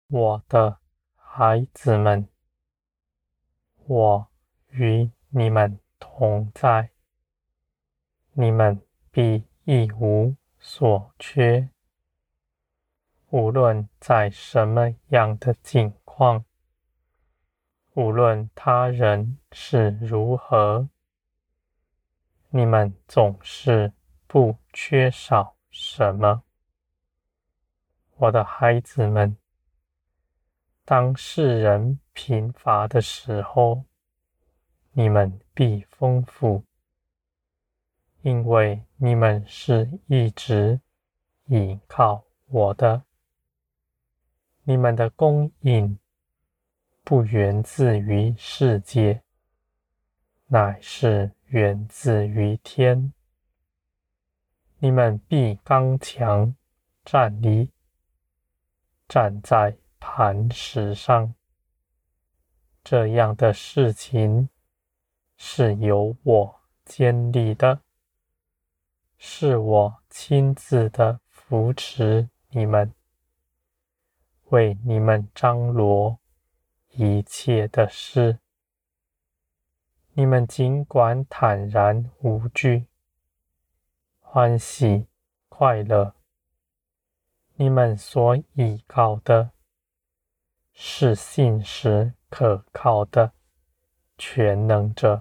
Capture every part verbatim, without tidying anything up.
我的孩子们，我与你们同在，你们必一无所缺。无论在什么样的境况，无论他人是如何，你们总是不缺少什么。我的孩子们，当世人贫乏的时候，你们必丰富，因为你们是一直倚靠我的。你们的供应不源自于世界，乃是源自于天。你们必刚强站立，站在磐石上。这样的事情是由我建立的，是我亲自的扶持你们，为你们张罗一切的事。你们尽管坦然无惧，欢喜快乐。你们所依靠的是信实可靠的全能者。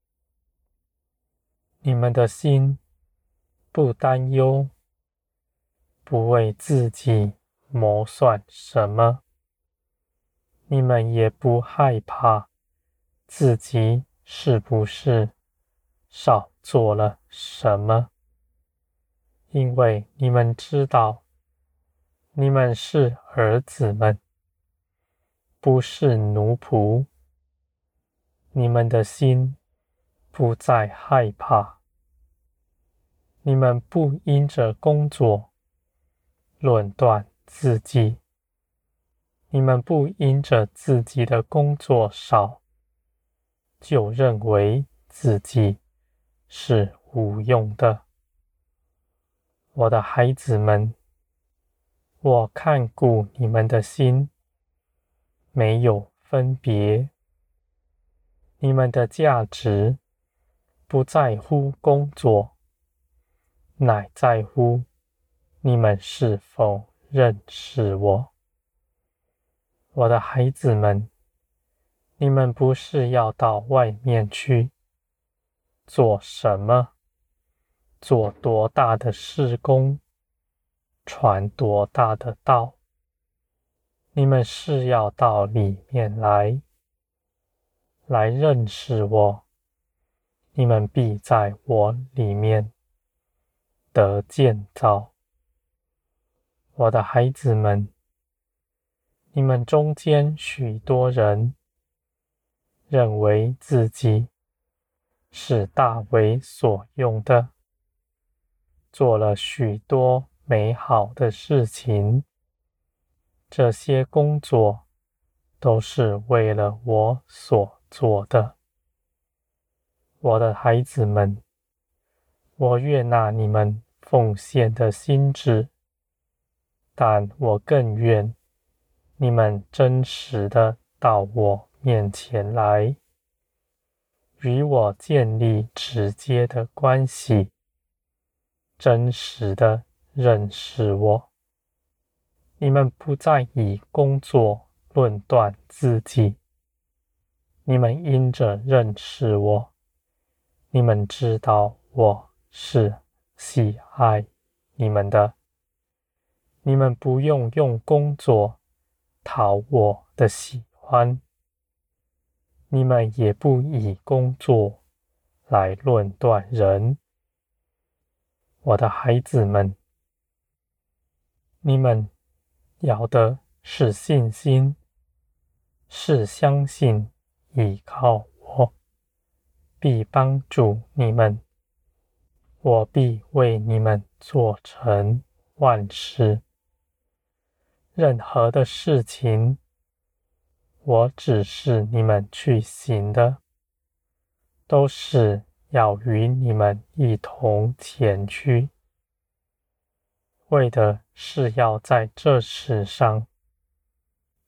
你们的心不担忧，不为自己谋算什么，你们也不害怕自己是不是少做了什么，因为你们知道，你们是儿子们，不是奴仆。你们的心不再害怕，你们不因着工作论断自己，你们不因着自己的工作少，就认为自己是无用的。我的孩子们，我看顾你们的心，没有分别。你们的价值不在乎工作，乃在乎你们是否认识我。我的孩子们，你们不是要到外面去做什么，做多大的事工，传多大的道，你们是要到里面来，来认识我。你们必在我里面得建造。我的孩子们，你们中间许多人认为自己是大为所用的，做了许多美好的事情，这些工作都是为了我所做的。我的孩子们，我悦纳你们奉献的心志，但我更愿你们真实的到我面前来，与我建立直接的关系，真实的认识我。你们不再以工作论断自己，你们因着认识我，你们知道我是喜爱你们的。你们不用用工作讨我的喜欢，你们也不以工作来论断人。我的孩子们，你们要的是信心，是相信依靠我，必帮助你们，我必为你们做成万事。任何的事情，我指示你们去行的，都是要与你们一同前去，为的是要在这世上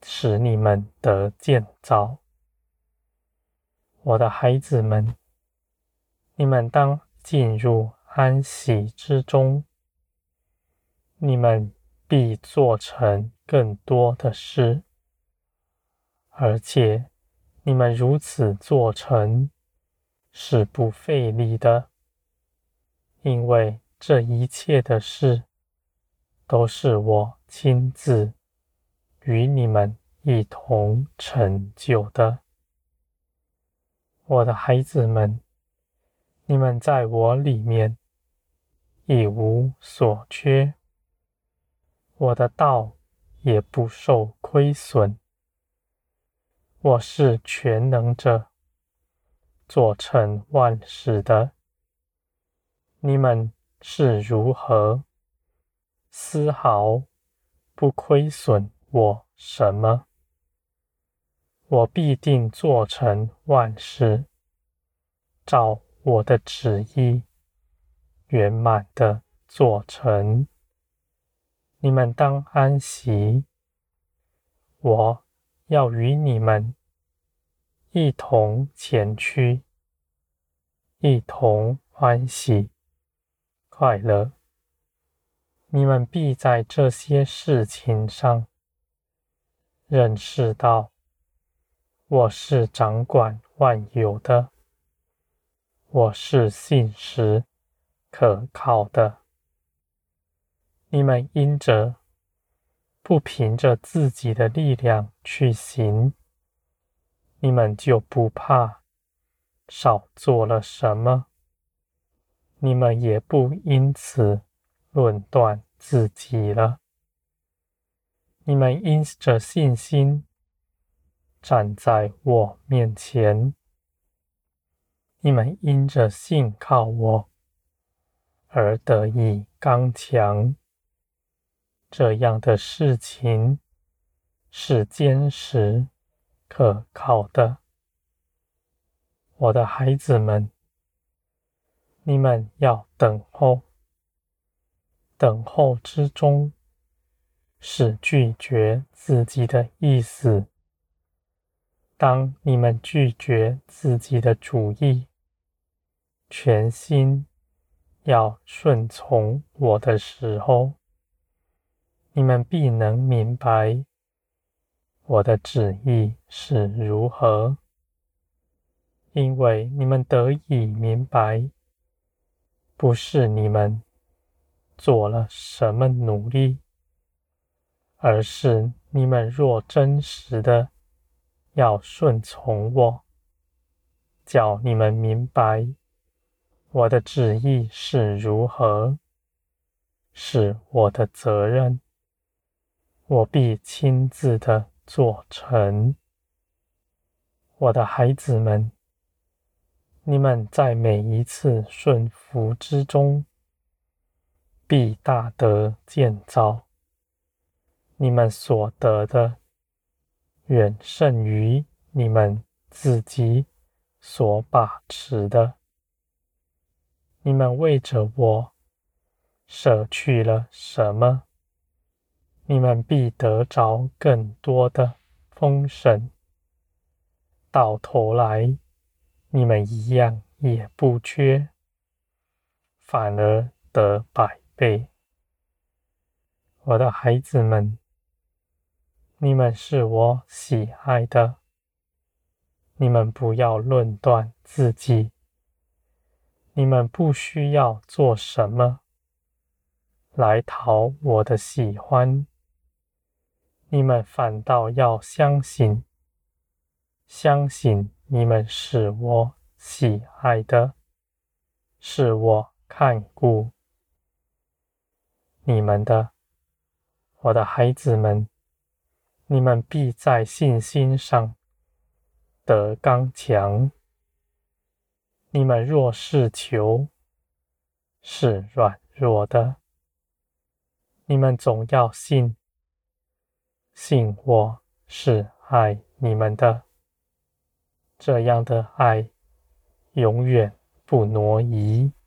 使你们得见着。我的孩子们，你们当进入安息之中，你们必做成更多的事，而且你们如此做成是不费力的，因为这一切的事都是我亲自与你们一同成就的。我的孩子们，你们在我里面一无所缺，我的道也不受亏损。我是全能者，做成万事的。你们是如何，丝毫不亏损我什么？我必定做成万事，照我的旨意圆满的做成。你们当安息，我要与你们一同前去，一同欢喜快乐。你们必在这些事情上认识到，我是掌管万有的，我是信实可靠的。你们因着不凭着自己的力量去行，你们就不怕少做了什么，你们也不因此论断自己了。你们因着信心站在我面前，你们因着信靠我而得以刚强。这样的事情是坚实可靠的。我的孩子们，你们要等候。等候之中是拒绝自己的意思。当你们拒绝自己的主意，全心要顺从我的时候，你们必能明白我的旨意是如何。因为你们得以明白，不是你们做了什么努力，而是你们若真实的要顺从我，叫你们明白我的旨意是如何，是我的责任，我必亲自的做成。我的孩子们，你们在每一次顺服之中，必大得见着。你们所得的，远胜于你们自己所把持的。你们为着我舍去了什么，你们必得着更多的丰盛。到头来，你们一样也不缺，反而得百倍。我的孩子们，你们是我喜爱的，你们不要论断自己。你们不需要做什么来讨我的喜欢，你们反倒要相信，相信你们是我喜爱的，是我看顾你们的。我的孩子们，你们必在信心上得刚强。你们若是求，是软弱的，你们总要信，信我是爱你们的。这样的爱永远不挪移。